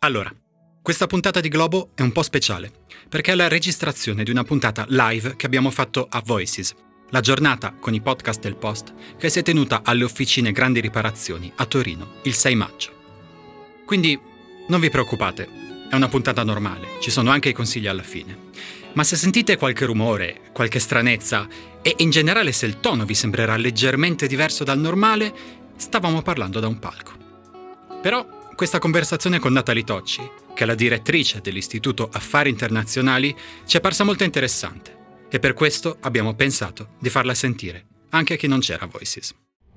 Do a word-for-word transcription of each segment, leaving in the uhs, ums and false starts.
Allora, questa puntata di Globo è un po' speciale, perché è la registrazione di una puntata live che abbiamo fatto a Voices, la giornata con i podcast del Post che si è tenuta alle officine Grandi Riparazioni a Torino il sei maggio. Quindi non vi preoccupate, è una puntata normale, ci sono anche i consigli alla fine. Ma se sentite qualche rumore, qualche stranezza e in generale se il tono vi sembrerà leggermente diverso dal normale, stavamo parlando da un palco. Però questa conversazione con Natalie Tocci, che è la direttrice dell'Istituto Affari Internazionali, ci è parsa molto interessante e per questo abbiamo pensato di farla sentire, anche a chi non c'era a Voices.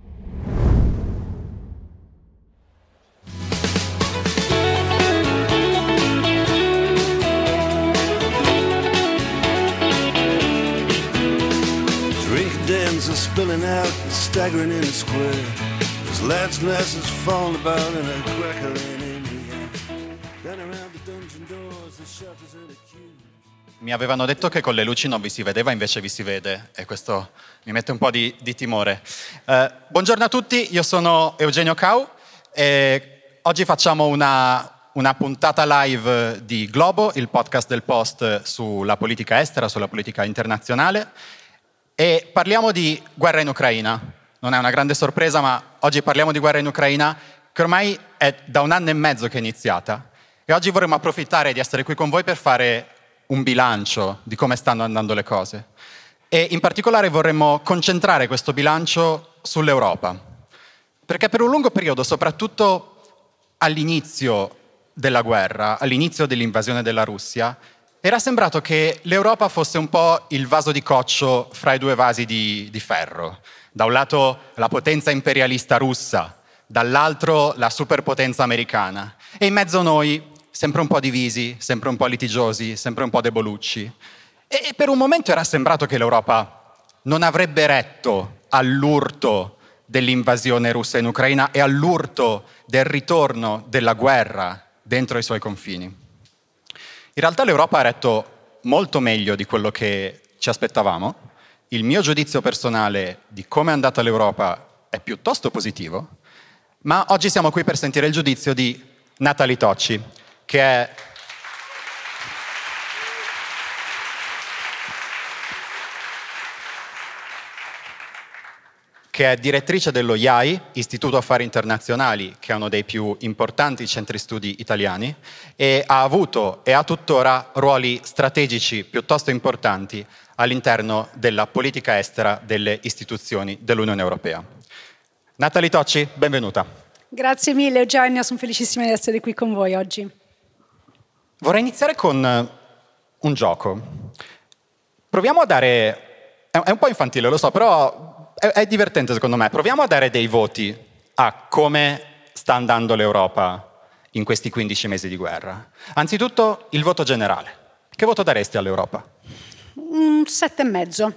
Drink dens are spilling out and staggering in the square. There's lads' glasses falling about and a crackling in the air. Down around the dungeon doors, the shutters and the queues. Mi avevano detto che con le luci non vi si vedeva, invece vi si vede e questo mi mette un po' di, di timore. Eh, buongiorno a tutti, io sono Eugenio Cau e oggi facciamo una, una puntata live di Globo, il podcast del Post sulla politica estera, sulla politica internazionale e parliamo di guerra in Ucraina. Non è una grande sorpresa, ma oggi parliamo di guerra in Ucraina che ormai è da un anno e mezzo che è iniziata e oggi vorremmo approfittare di essere qui con voi per fare un bilancio di come stanno andando le cose e in particolare vorremmo concentrare questo bilancio sull'Europa, perché per un lungo periodo, soprattutto all'inizio della guerra, all'inizio dell'invasione della Russia, era sembrato che l'Europa fosse un po' il vaso di coccio fra i due vasi di, di ferro. Da un lato la potenza imperialista russa, dall'altro la superpotenza americana e in mezzo noi sempre un po' divisi, sempre un po' litigiosi, sempre un po' debolucci. E per un momento era sembrato che l'Europa non avrebbe retto all'urto dell'invasione russa in Ucraina e all'urto del ritorno della guerra dentro i suoi confini. In realtà l'Europa ha retto molto meglio di quello che ci aspettavamo. Il mio giudizio personale di come è andata l'Europa è piuttosto positivo, ma oggi siamo qui per sentire il giudizio di Natalie Tocci, che è che è direttrice dello I A I, Istituto Affari Internazionali, che è uno dei più importanti centri studi italiani, e ha avuto e ha tuttora ruoli strategici piuttosto importanti all'interno della politica estera delle istituzioni dell'Unione Europea. Natalie Tocci, benvenuta. Grazie mille Eugenio, sono felicissima di essere qui con voi oggi. Vorrei iniziare con un gioco. Proviamo a dare... è un po' infantile, lo so, però è divertente secondo me. Proviamo a dare dei voti a come sta andando l'Europa in questi quindici mesi di guerra. Anzitutto il voto generale. Che voto daresti all'Europa? Un sette e mezzo.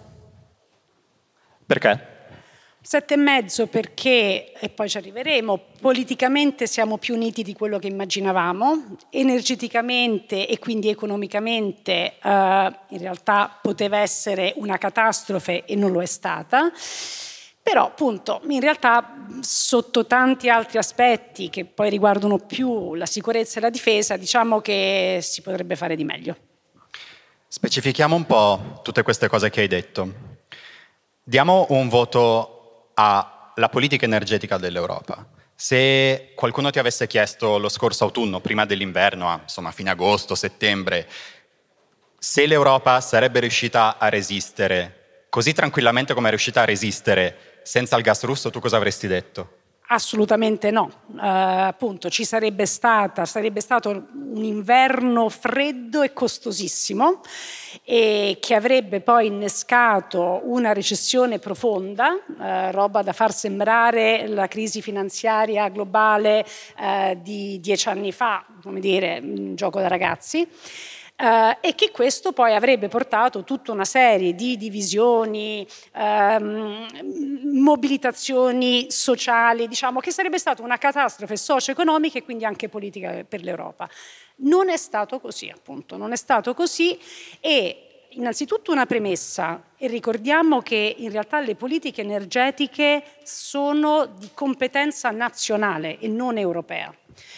Perché? Sette e mezzo perché, e poi ci arriveremo, politicamente siamo più uniti di quello che immaginavamo, energeticamente e quindi economicamente eh, in realtà poteva essere una catastrofe e non lo è stata, però appunto in realtà sotto tanti altri aspetti che poi riguardano più la sicurezza e la difesa diciamo che si potrebbe fare di meglio. Specifichiamo un po' tutte queste cose che hai detto. Diamo un voto alla politica energetica dell'Europa. Se qualcuno ti avesse chiesto lo scorso autunno, prima dell'inverno, insomma fine agosto, settembre, se l'Europa sarebbe riuscita a resistere così tranquillamente come è riuscita a resistere senza il gas russo, tu cosa avresti detto? Assolutamente no, uh, appunto ci sarebbe stata, sarebbe stato un inverno freddo e costosissimo e che avrebbe poi innescato una recessione profonda, uh, roba da far sembrare la crisi finanziaria globale uh, di dieci anni fa, come dire, un gioco da ragazzi. Uh, e che questo poi avrebbe portato tutta una serie di divisioni, um, mobilitazioni sociali, diciamo che sarebbe stata una catastrofe socio-economica e quindi anche politica per l'Europa. Non è stato così, appunto, non è stato così e innanzitutto una premessa, e ricordiamo che in realtà le politiche energetiche sono di competenza nazionale e non europea.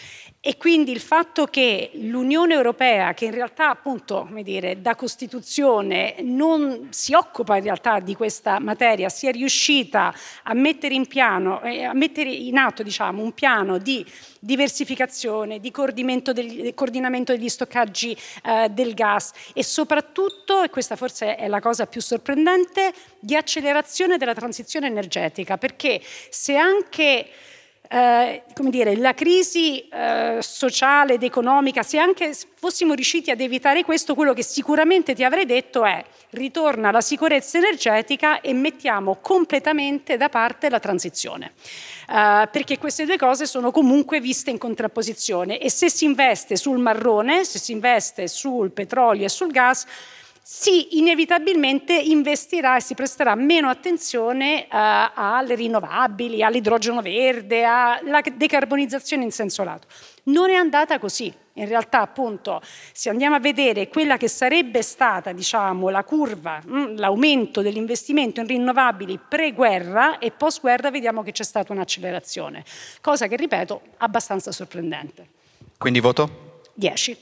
E quindi il fatto che l'Unione Europea, che in realtà appunto, come dire, da Costituzione non si occupa in realtà di questa materia, sia riuscita a mettere in piano, eh, a mettere in atto, diciamo, un piano di diversificazione, di coordinamento degli, coordinamento degli stoccaggi eh, del gas e soprattutto, e questa forse è la cosa più sorprendente, di accelerazione della transizione energetica, perché se anche Eh, come dire, la crisi eh, sociale ed economica, se anche fossimo riusciti ad evitare questo, quello che sicuramente ti avrei detto è: ritorna la sicurezza energetica e mettiamo completamente da parte la transizione, eh, perché queste due cose sono comunque viste in contrapposizione, e se si investe sul marrone, se si investe sul petrolio e sul gas, si inevitabilmente investirà e si presterà meno attenzione uh, alle rinnovabili, all'idrogeno verde, alla decarbonizzazione in senso lato. Non è andata così. In realtà, appunto, se andiamo a vedere quella che sarebbe stata, diciamo, la curva, mh, l'aumento dell'investimento in rinnovabili pre-guerra e post-guerra, vediamo che c'è stata un'accelerazione, cosa che, ripeto, abbastanza sorprendente. Quindi voto? dieci.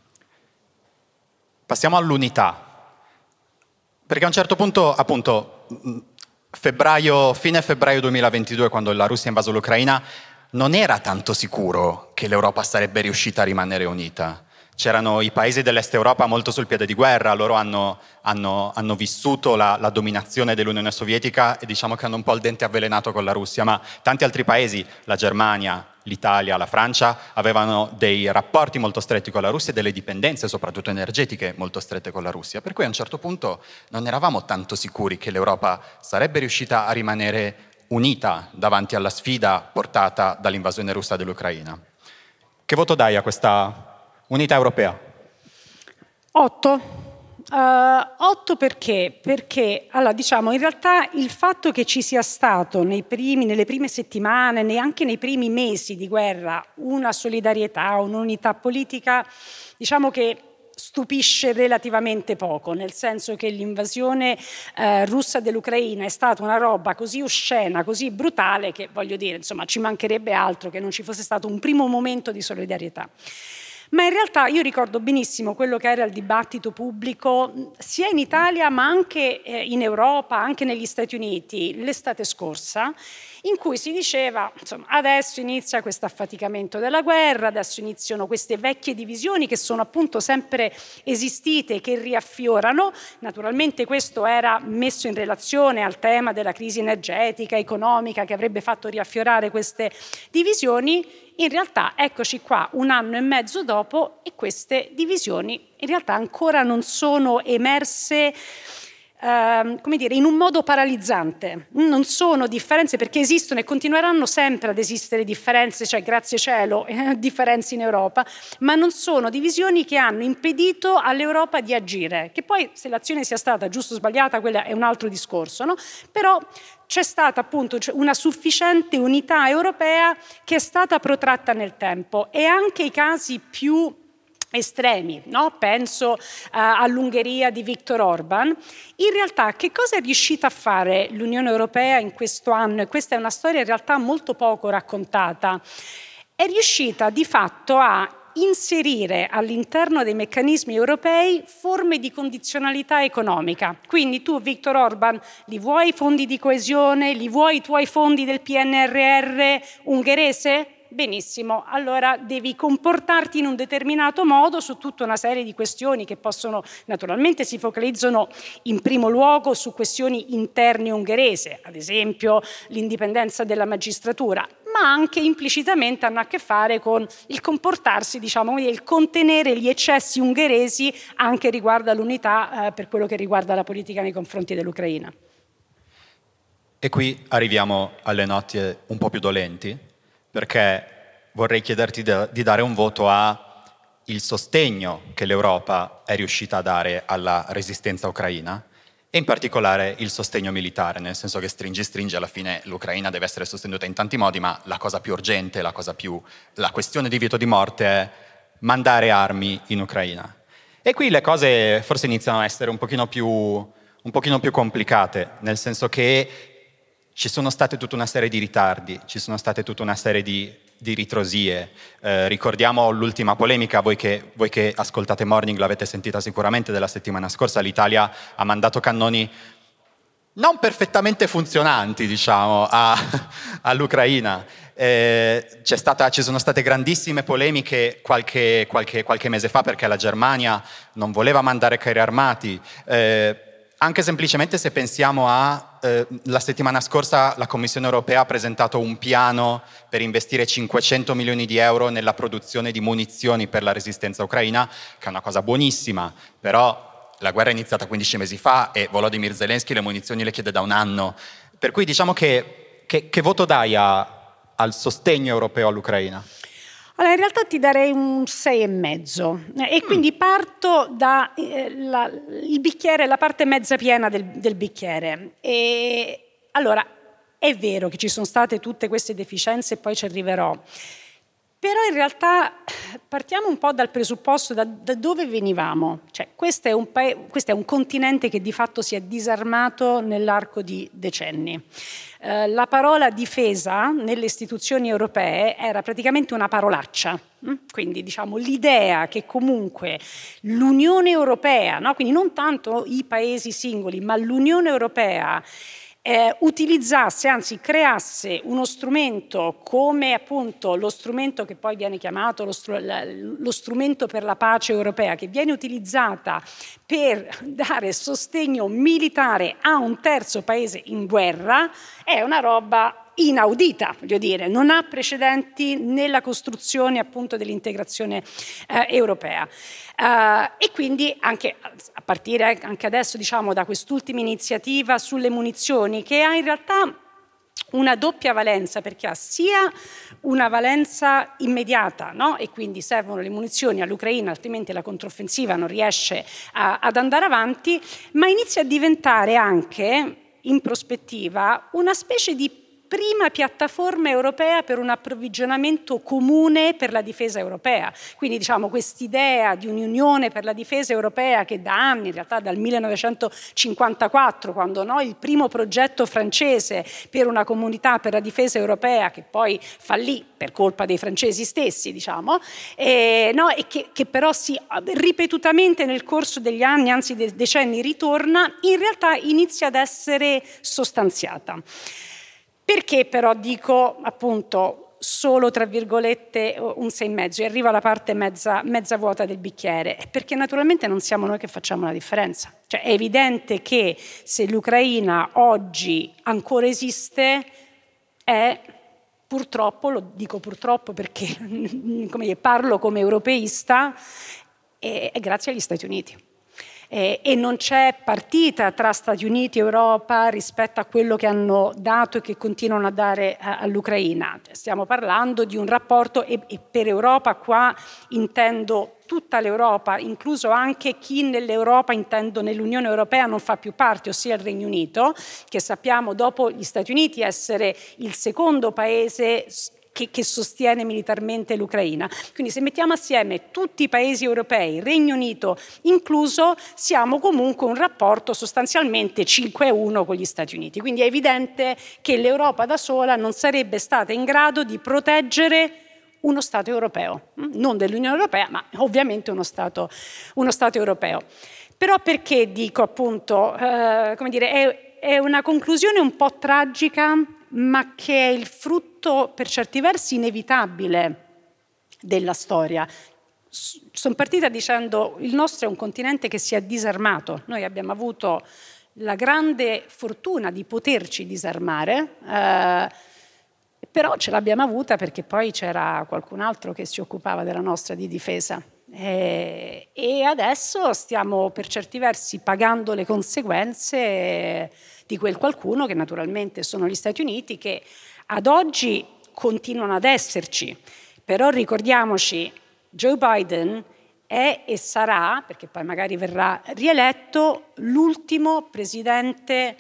Passiamo all'unità. Perché a un certo punto, appunto, febbraio, fine febbraio duemilaventidue, quando la Russia ha invaso l'Ucraina, non era tanto sicuro che l'Europa sarebbe riuscita a rimanere unita. C'erano i paesi dell'Est Europa molto sul piede di guerra, loro hanno, hanno, hanno vissuto la, la dominazione dell'Unione Sovietica e diciamo che hanno un po' il dente avvelenato con la Russia, ma tanti altri paesi, la Germania, l'Italia, la Francia, avevano dei rapporti molto stretti con la Russia e delle dipendenze, soprattutto energetiche, molto strette con la Russia. Per cui a un certo punto non eravamo tanto sicuri che l'Europa sarebbe riuscita a rimanere unita davanti alla sfida portata dall'invasione russa dell'Ucraina. Che voto dai a questa unità europea? Otto. Uh, otto perché? Perché, allora, diciamo, in realtà il fatto che ci sia stato nei primi, nelle prime settimane, neanche nei primi mesi di guerra, una solidarietà, un'unità politica, diciamo che stupisce relativamente poco, nel senso che l'invasione eh, russa dell'Ucraina è stata una roba così oscena, così brutale, che, voglio dire, insomma, ci mancherebbe altro che non ci fosse stato un primo momento di solidarietà. Ma in realtà io ricordo benissimo quello che era il dibattito pubblico sia in Italia ma anche eh, in Europa, anche negli Stati Uniti l'estate scorsa, in cui si diceva, insomma, adesso inizia questo affaticamento della guerra, adesso iniziano queste vecchie divisioni che sono appunto sempre esistite, che riaffiorano. Naturalmente questo era messo in relazione al tema della crisi energetica, economica, che avrebbe fatto riaffiorare queste divisioni. In realtà eccoci qua un anno e mezzo dopo e queste divisioni in realtà ancora non sono emerse Uh, come dire, in un modo paralizzante. Non sono differenze, perché esistono e continueranno sempre ad esistere differenze, cioè grazie cielo, eh, differenze in Europa, ma non sono divisioni che hanno impedito all'Europa di agire, che poi se l'azione sia stata giusta o sbagliata, quella è un altro discorso, no? Però c'è stata appunto una sufficiente unità europea che è stata protratta nel tempo, e anche i casi più estremi, no? Penso uh, all'Ungheria di Viktor Orban. In realtà che cosa è riuscita a fare l'Unione Europea in questo anno? E questa è una storia in realtà molto poco raccontata. È riuscita di fatto a inserire all'interno dei meccanismi europei forme di condizionalità economica. Quindi tu, Viktor Orban, li vuoi i fondi di coesione, li vuoi i tuoi fondi del P N R R ungherese? Benissimo, allora devi comportarti in un determinato modo su tutta una serie di questioni che possono, naturalmente si focalizzano in primo luogo su questioni interne ungherese, ad esempio l'indipendenza della magistratura, ma anche implicitamente hanno a che fare con il comportarsi, diciamo, il contenere gli eccessi ungheresi anche riguardo all'unità eh, per quello che riguarda la politica nei confronti dell'Ucraina. E qui arriviamo alle note un po' più dolenti, perché vorrei chiederti di dare un voto a il sostegno che l'Europa è riuscita a dare alla resistenza ucraina e in particolare il sostegno militare, nel senso che stringi stringi alla fine l'Ucraina deve essere sostenuta in tanti modi, ma la cosa più urgente, la cosa più, la questione di vita o di morte è mandare armi in Ucraina. E qui le cose forse iniziano a essere un pochino più, un pochino più complicate, nel senso che ci sono state tutta una serie di ritardi, ci sono state tutta una serie di di ritrosie. Eh, ricordiamo l'ultima polemica, voi che, voi che ascoltate Morning l'avete sentita sicuramente, della settimana scorsa. L'Italia ha mandato cannoni non perfettamente funzionanti, diciamo, a, all'Ucraina. Eh, c'è stata, ci sono state grandissime polemiche qualche, qualche, qualche mese fa perché la Germania non voleva mandare carri armati. Eh, anche semplicemente se pensiamo a eh, la settimana scorsa la Commissione Europea ha presentato un piano per investire cinquecento milioni di euro nella produzione di munizioni per la resistenza ucraina, che è una cosa buonissima, però la guerra è iniziata quindici mesi fa e Volodymyr Zelensky le munizioni le chiede da un anno. Per cui diciamo che, che, che voto dai a, al sostegno europeo all'Ucraina? Allora, in realtà ti darei un sei e mezzo e quindi mm. parto da eh, la, il bicchiere, la parte mezza piena del, del bicchiere. E allora, è vero che ci sono state tutte queste deficienze e poi ci arriverò. Però in realtà partiamo un po' dal presupposto da, da dove venivamo. Cioè, questo è, un pa- questo è un continente che di fatto si è disarmato nell'arco di decenni. Eh, la parola difesa nelle istituzioni europee era praticamente una parolaccia. Quindi diciamo l'idea che comunque l'Unione Europea, no? Quindi non tanto i paesi singoli, ma l'Unione Europea Eh, utilizzasse, anzi creasse uno strumento come appunto lo strumento che poi viene chiamato lo, str- lo strumento per la pace europea, che viene utilizzata per dare sostegno militare a un terzo paese in guerra, è una roba inaudita, voglio dire, non ha precedenti nella costruzione appunto dell'integrazione eh, europea. Uh, e quindi anche a partire anche adesso diciamo da quest'ultima iniziativa sulle munizioni, che ha in realtà una doppia valenza, perché ha sia una valenza immediata, no? E quindi servono le munizioni all'Ucraina, altrimenti la controffensiva non riesce a, ad andare avanti, ma inizia a diventare anche in prospettiva una specie di prima piattaforma europea per un approvvigionamento comune per la difesa europea. Quindi diciamo quest'idea di un'unione per la difesa europea che da anni, in realtà dal millenovecentocinquantaquattro, quando no, il primo progetto francese per una comunità per la difesa europea, che poi fallì per colpa dei francesi stessi, diciamo, e, no, e che, che però si ripetutamente nel corso degli anni, anzi dei decenni, ritorna, in realtà inizia ad essere sostanziata. Perché però dico appunto solo tra virgolette un sei e mezzo e arriva la parte mezza, mezza vuota del bicchiere? Perché naturalmente non siamo noi che facciamo la differenza. Cioè è evidente che se l'Ucraina oggi ancora esiste è purtroppo, lo dico purtroppo perché come dire, parlo come europeista, è, è grazie agli Stati Uniti. Eh, e non c'è partita tra Stati Uniti e Europa rispetto a quello che hanno dato e che continuano a dare a, all'Ucraina. Stiamo parlando di un rapporto, e, e per Europa qua intendo tutta l'Europa, incluso anche chi nell'Europa, intendo nell'Unione Europea, non fa più parte, ossia il Regno Unito, che sappiamo dopo gli Stati Uniti essere il secondo paese Che, che sostiene militarmente l'Ucraina. Quindi se mettiamo assieme tutti i paesi europei, Regno Unito incluso, siamo comunque un rapporto sostanzialmente cinque a uno con gli Stati Uniti. Quindi è evidente che l'Europa da sola non sarebbe stata in grado di proteggere uno Stato europeo, non dell'Unione Europea, ma ovviamente uno Stato, uno Stato europeo. Però perché dico appunto, eh, come dire, è, è una conclusione un po' tragica, ma che è il frutto per certi versi inevitabile della storia. Sono partita dicendo il nostro è un continente che si è disarmato. Noi abbiamo avuto la grande fortuna di poterci disarmare, eh, però ce l'abbiamo avuta perché poi c'era qualcun altro che si occupava della nostra di difesa. Eh, e adesso stiamo per certi versi pagando le conseguenze di quel qualcuno che naturalmente sono gli Stati Uniti, che ad oggi continuano ad esserci, però ricordiamoci Joe Biden è e sarà, perché poi magari verrà rieletto, l'ultimo presidente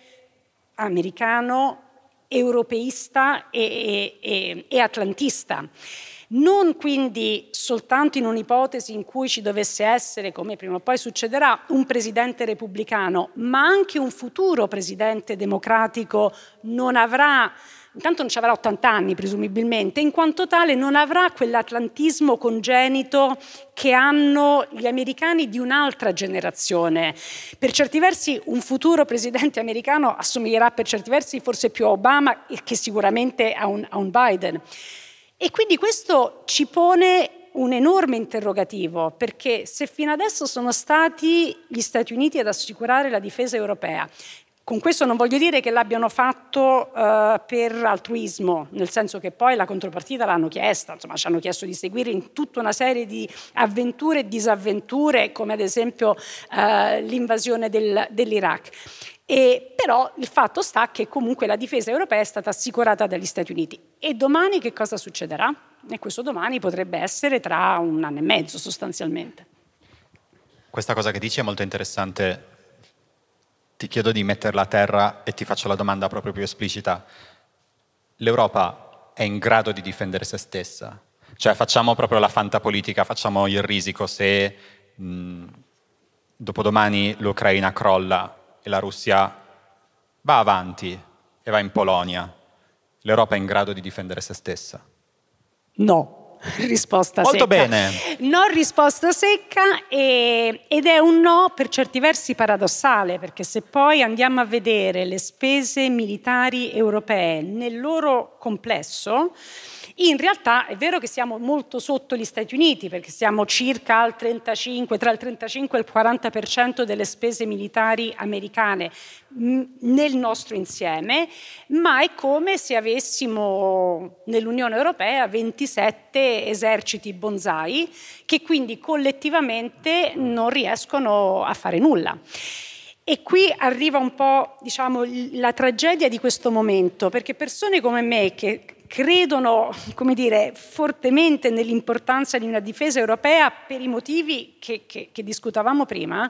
americano europeista e, e, e atlantista. Non quindi soltanto in un'ipotesi in cui ci dovesse essere, come prima o poi succederà, un presidente repubblicano, ma anche un futuro presidente democratico non avrà intanto non ci avrà ottanta anni presumibilmente, in quanto tale non avrà quell'atlantismo congenito che hanno gli americani di un'altra generazione. Per certi versi un futuro presidente americano assomiglierà per certi versi forse più a Obama che sicuramente a un, a un Biden. E quindi questo ci pone un enorme interrogativo, perché se fino adesso sono stati gli Stati Uniti ad assicurare la difesa europea, con questo non voglio dire che l'abbiano fatto uh, per altruismo, nel senso che poi la contropartita l'hanno chiesta, insomma ci hanno chiesto di seguire in tutta una serie di avventure e disavventure, come ad esempio uh, l'invasione del, dell'Iraq. E però il fatto sta che comunque la difesa europea è stata assicurata dagli Stati Uniti. E domani che cosa succederà? E questo domani potrebbe essere tra un anno e mezzo sostanzialmente. Questa cosa che dici è molto interessante. Ti chiedo di metterla a terra e ti faccio la domanda proprio più esplicita. L'Europa è in grado di difendere se stessa? Cioè facciamo proprio la fantapolitica, facciamo il risico se mh, dopodomani l'Ucraina crolla e la Russia va avanti e va in Polonia. L'Europa è in grado di difendere se stessa? No, risposta Molto secca. Molto bene. No, risposta secca e, ed è un no per certi versi paradossale, perché se poi andiamo a vedere le spese militari europee nel loro complesso, in realtà è vero che siamo molto sotto gli Stati Uniti, perché siamo circa al trentacinque, tra il trentacinque e il quaranta per cento delle spese militari americane mh, nel nostro insieme, ma è come se avessimo nell'Unione Europea ventisette eserciti bonsai che quindi collettivamente non riescono a fare nulla. E qui arriva un po', diciamo, la tragedia di questo momento, perché persone come me che credono, come dire, fortemente nell'importanza di una difesa europea per i motivi che, che, che discutavamo prima.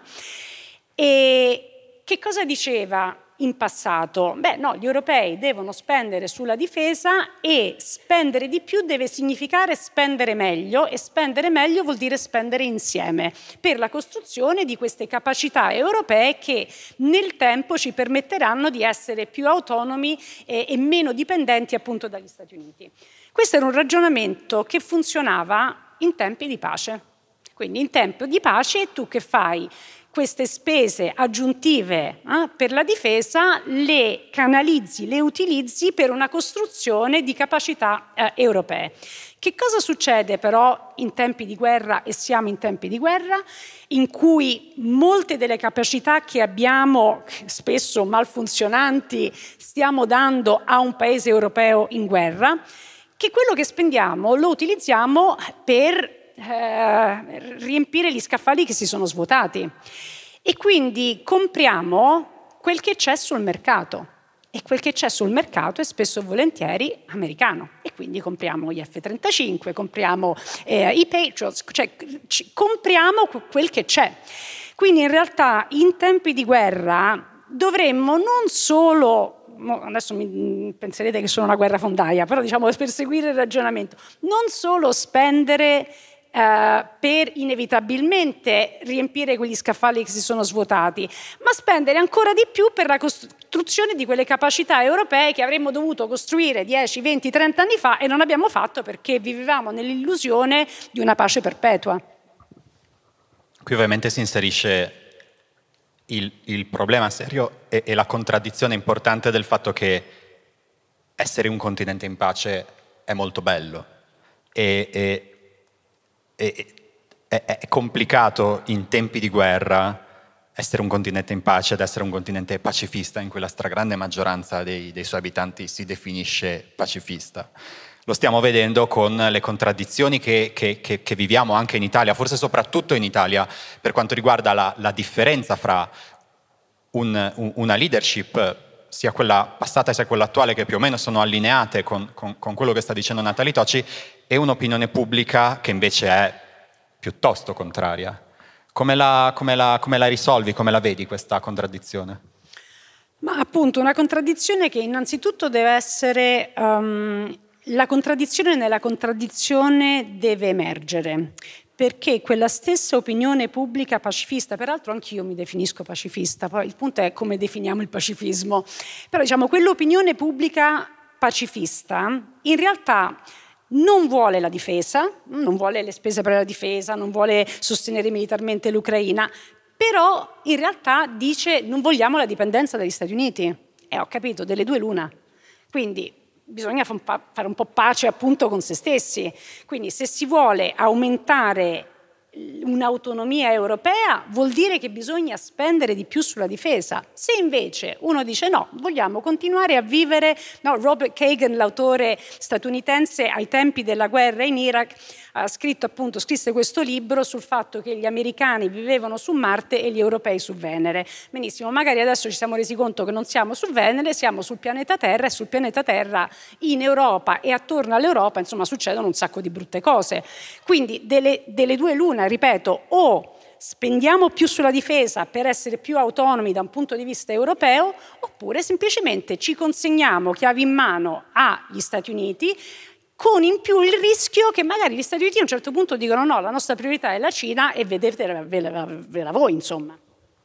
E che cosa diceva in passato? Beh, no, gli europei devono spendere sulla difesa e spendere di più deve significare spendere meglio e spendere meglio vuol dire spendere insieme per la costruzione di queste capacità europee che nel tempo ci permetteranno di essere più autonomi e, e meno dipendenti appunto dagli Stati Uniti. Questo era un ragionamento che funzionava in tempi di pace. Quindi in tempo di pace tu che fai? Queste spese aggiuntive eh, per la difesa le canalizzi, le utilizzi per una costruzione di capacità eh, europee. Che cosa succede però in tempi di guerra, e siamo in tempi di guerra, in cui molte delle capacità che abbiamo, spesso malfunzionanti, stiamo dando a un paese europeo in guerra, che quello che spendiamo lo utilizziamo per Eh, riempire gli scaffali che si sono svuotati e quindi compriamo quel che c'è sul mercato e quel che c'è sul mercato è spesso e volentieri americano e quindi compriamo gli F trentacinque, compriamo eh, i Patriots, cioè c- compriamo quel che c'è. Quindi in realtà in tempi di guerra dovremmo non solo, adesso mi penserete che sono una guerrafondaia, però diciamo per seguire il ragionamento, non solo spendere Uh, per inevitabilmente riempire quegli scaffali che si sono svuotati, ma spendere ancora di più per la costruzione di quelle capacità europee che avremmo dovuto costruire dieci, venti, trenta anni fa e non abbiamo fatto perché vivevamo nell'illusione di una pace perpetua. Qui ovviamente si inserisce il, il problema serio e, e la contraddizione importante del fatto che essere un continente in pace è molto bello e, e È, è, è complicato in tempi di guerra essere un continente in pace ed essere un continente pacifista in cui la stragrande maggioranza dei, dei suoi abitanti si definisce pacifista. Lo stiamo vedendo con le contraddizioni che, che, che, che viviamo anche in Italia, forse soprattutto in Italia, per quanto riguarda la, la differenza fra un, un, una leadership sia quella passata sia quella attuale, che più o meno sono allineate con, con, con quello che sta dicendo Natalie Tocci, e un'opinione pubblica che invece è piuttosto contraria. Come la, come la, come la risolvi, come la vedi questa contraddizione? Ma appunto una contraddizione che innanzitutto deve essere, um, la contraddizione nella contraddizione deve emergere. Perché quella stessa opinione pubblica pacifista, peraltro anch'io mi definisco pacifista, poi il punto è come definiamo il pacifismo, però diciamo quell'opinione pubblica pacifista in realtà non vuole la difesa, non vuole le spese per la difesa, non vuole sostenere militarmente l'Ucraina, però in realtà dice non vogliamo la dipendenza dagli Stati Uniti. E eh, ho capito, delle due l'una. Quindi bisogna fare un po' pace appunto con se stessi. Quindi se si vuole aumentare un'autonomia europea vuol dire che bisogna spendere di più sulla difesa. Se invece uno dice no, vogliamo continuare a vivere, no, Robert Kagan, l'autore statunitense, ai tempi della guerra in Iraq, ha scritto appunto, scrisse questo libro sul fatto che gli americani vivevano su Marte e gli europei su Venere. Benissimo, magari adesso ci siamo resi conto che non siamo su Venere, siamo sul pianeta Terra, e sul pianeta Terra in Europa e attorno all'Europa, insomma, succedono un sacco di brutte cose. Quindi delle, delle due l'una, ripeto, o spendiamo più sulla difesa per essere più autonomi da un punto di vista europeo, oppure semplicemente ci consegniamo chiavi in mano agli Stati Uniti, con in più il rischio che magari gli Stati Uniti a un certo punto dicono no, la nostra priorità è la Cina e vedete ve la voi, insomma.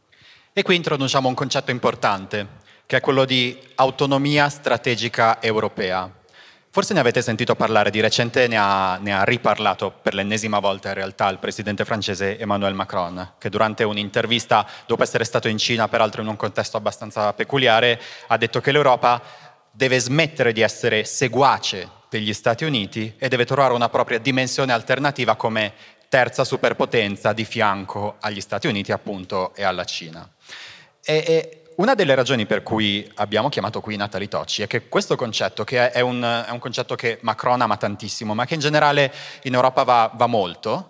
E qui introduciamo un concetto importante, che è quello di autonomia strategica europea. Forse ne avete sentito parlare, di recente ne ha, ne ha riparlato per l'ennesima volta in realtà il presidente francese Emmanuel Macron, che durante un'intervista, dopo essere stato in Cina, peraltro in un contesto abbastanza peculiare, ha detto che l'Europa deve smettere di essere seguace degli Stati Uniti e deve trovare una propria dimensione alternativa come terza superpotenza di fianco agli Stati Uniti appunto e alla Cina. E, e una delle ragioni per cui abbiamo chiamato qui Natalie Tocci è che questo concetto, che è un, è un concetto che Macron ama tantissimo, ma che in generale in Europa va, va molto,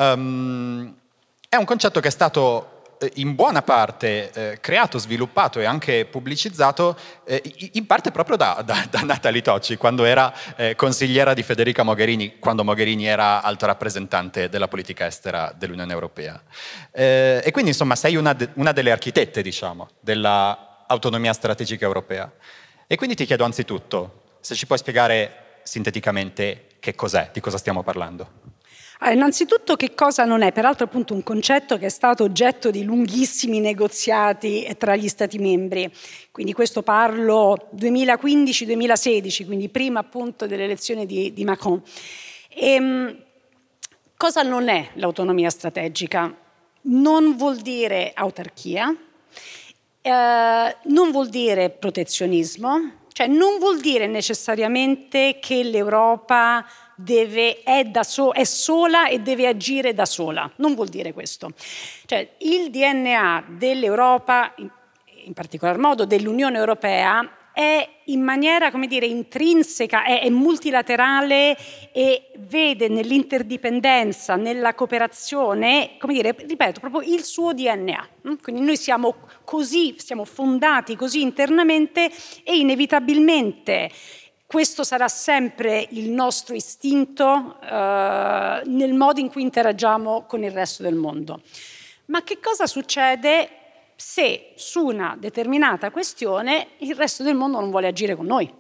um, è un concetto che è stato in buona parte eh, creato, sviluppato e anche pubblicizzato eh, in parte proprio da, da, da Natalie Tocci, quando era eh, consigliera di Federica Mogherini, quando Mogherini era alto rappresentante della politica estera dell'Unione Europea. Eh, e quindi insomma sei una, de, una delle architette, diciamo, dell'autonomia strategica europea. E quindi ti chiedo anzitutto se ci puoi spiegare sinteticamente che cos'è, di cosa stiamo parlando. Allora, innanzitutto che cosa non è? Peraltro appunto un concetto che è stato oggetto di lunghissimi negoziati tra gli Stati membri, quindi questo parlo duemilaquindici duemilasedici, quindi prima appunto dell'elezione di, di Macron. E, cosa non è l'autonomia strategica? Non vuol dire autarchia, eh, non vuol dire protezionismo, cioè non vuol dire necessariamente che l'Europa Deve, è, da so, è sola e deve agire da sola, non vuol dire questo. Cioè, il D N A dell'Europa, in, in particolar modo dell'Unione Europea, è in maniera, come dire, intrinseca, è, è multilaterale e vede nell'interdipendenza, nella cooperazione, come dire, ripeto, proprio il suo D N A. Quindi noi siamo così, siamo fondati così internamente e inevitabilmente questo sarà sempre il nostro istinto eh, nel modo in cui interagiamo con il resto del mondo. Ma che cosa succede se su una determinata questione il resto del mondo non vuole agire con noi?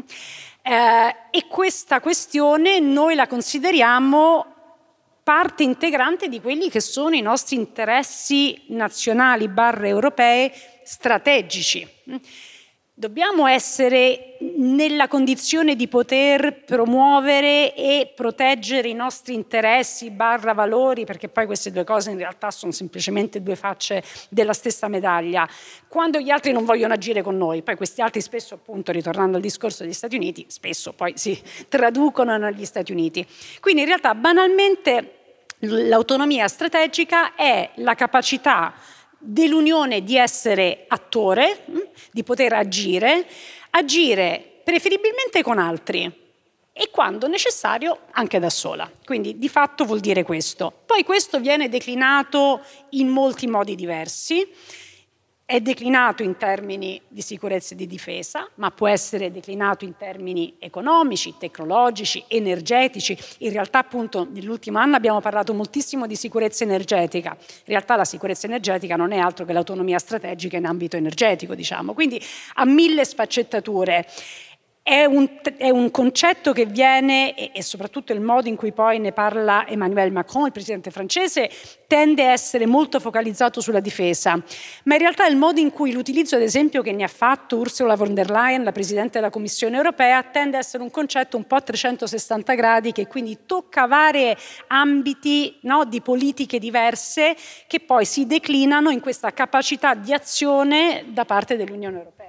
Eh, e questa questione noi la consideriamo parte integrante di quelli che sono i nostri interessi nazionali barra europei strategici. Dobbiamo essere nella condizione di poter promuovere e proteggere i nostri interessi barra valori, perché poi queste due cose in realtà sono semplicemente due facce della stessa medaglia, quando gli altri non vogliono agire con noi. Poi questi altri spesso, appunto, ritornando al discorso degli Stati Uniti, spesso poi si traducono negli Stati Uniti. Quindi in realtà banalmente l'autonomia strategica è la capacità dell'Unione di essere attore, di poter agire, agire preferibilmente con altri e quando necessario anche da sola. Quindi di fatto vuol dire questo. Poi questo viene declinato in molti modi diversi. È declinato in termini di sicurezza e di difesa, ma può essere declinato in termini economici, tecnologici, energetici. In realtà, appunto, nell'ultimo anno abbiamo parlato moltissimo di sicurezza energetica. In realtà la sicurezza energetica non è altro che l'autonomia strategica in ambito energetico, diciamo. Quindi ha mille sfaccettature. È un, è un concetto che viene, e, e soprattutto il modo in cui poi ne parla Emmanuel Macron, il presidente francese, tende a essere molto focalizzato sulla difesa, ma in realtà il modo in cui l'utilizzo, ad esempio, che ne ha fatto Ursula von der Leyen, la presidente della Commissione europea, tende a essere un concetto un po' a trecentosessanta gradi, che quindi tocca vari ambiti, no, di politiche diverse che poi si declinano in questa capacità di azione da parte dell'Unione europea.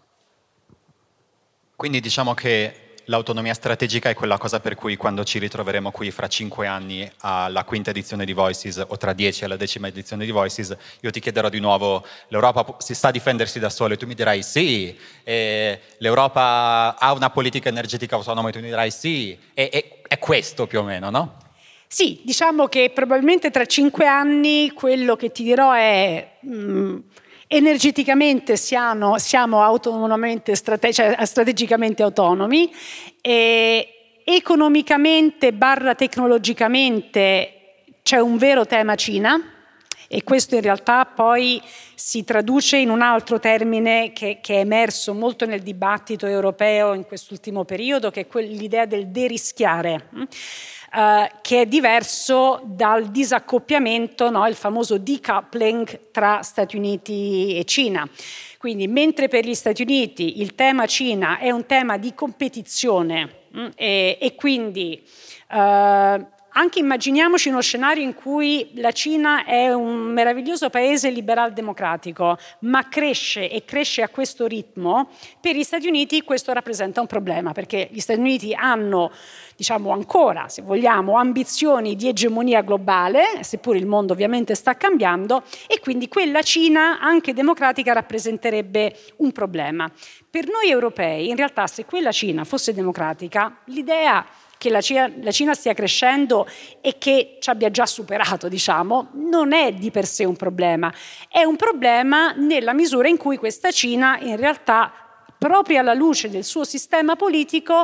Quindi diciamo che l'autonomia strategica è quella cosa per cui quando ci ritroveremo qui fra cinque anni alla quinta edizione di Voices o tra dieci alla decima edizione di Voices, io ti chiederò di nuovo: l'Europa si sta a difendersi da sola? E tu mi dirai sì. E l'Europa ha una politica energetica autonoma? E tu mi dirai sì. E, e, è questo più o meno, no? Sì, diciamo che probabilmente tra cinque anni quello che ti dirò è... Mh, energeticamente siamo, siamo autonomamente, strate- cioè strategicamente autonomi, e economicamente barra tecnologicamente c'è un vero tema Cina, e questo in realtà poi si traduce in un altro termine che, che è emerso molto nel dibattito europeo in quest'ultimo periodo, che è l'idea del derischiare. Uh, che è diverso dal disaccoppiamento, no? Il famoso decoupling tra Stati Uniti e Cina. Quindi mentre per gli Stati Uniti il tema Cina è un tema di competizione mh, e, e quindi uh, anche immaginiamoci uno scenario in cui la Cina è un meraviglioso paese liberal democratico, ma cresce e cresce a questo ritmo, per gli Stati Uniti questo rappresenta un problema, perché gli Stati Uniti hanno, diciamo ancora, se vogliamo, ambizioni di egemonia globale, seppur il mondo ovviamente sta cambiando, e quindi quella Cina, anche democratica, rappresenterebbe un problema. Per noi europei, in realtà, se quella Cina fosse democratica, l'idea che la Cina, la Cina stia crescendo e che ci abbia già superato, diciamo, non è di per sé un problema. È un problema nella misura in cui questa Cina, in realtà, proprio alla luce del suo sistema politico,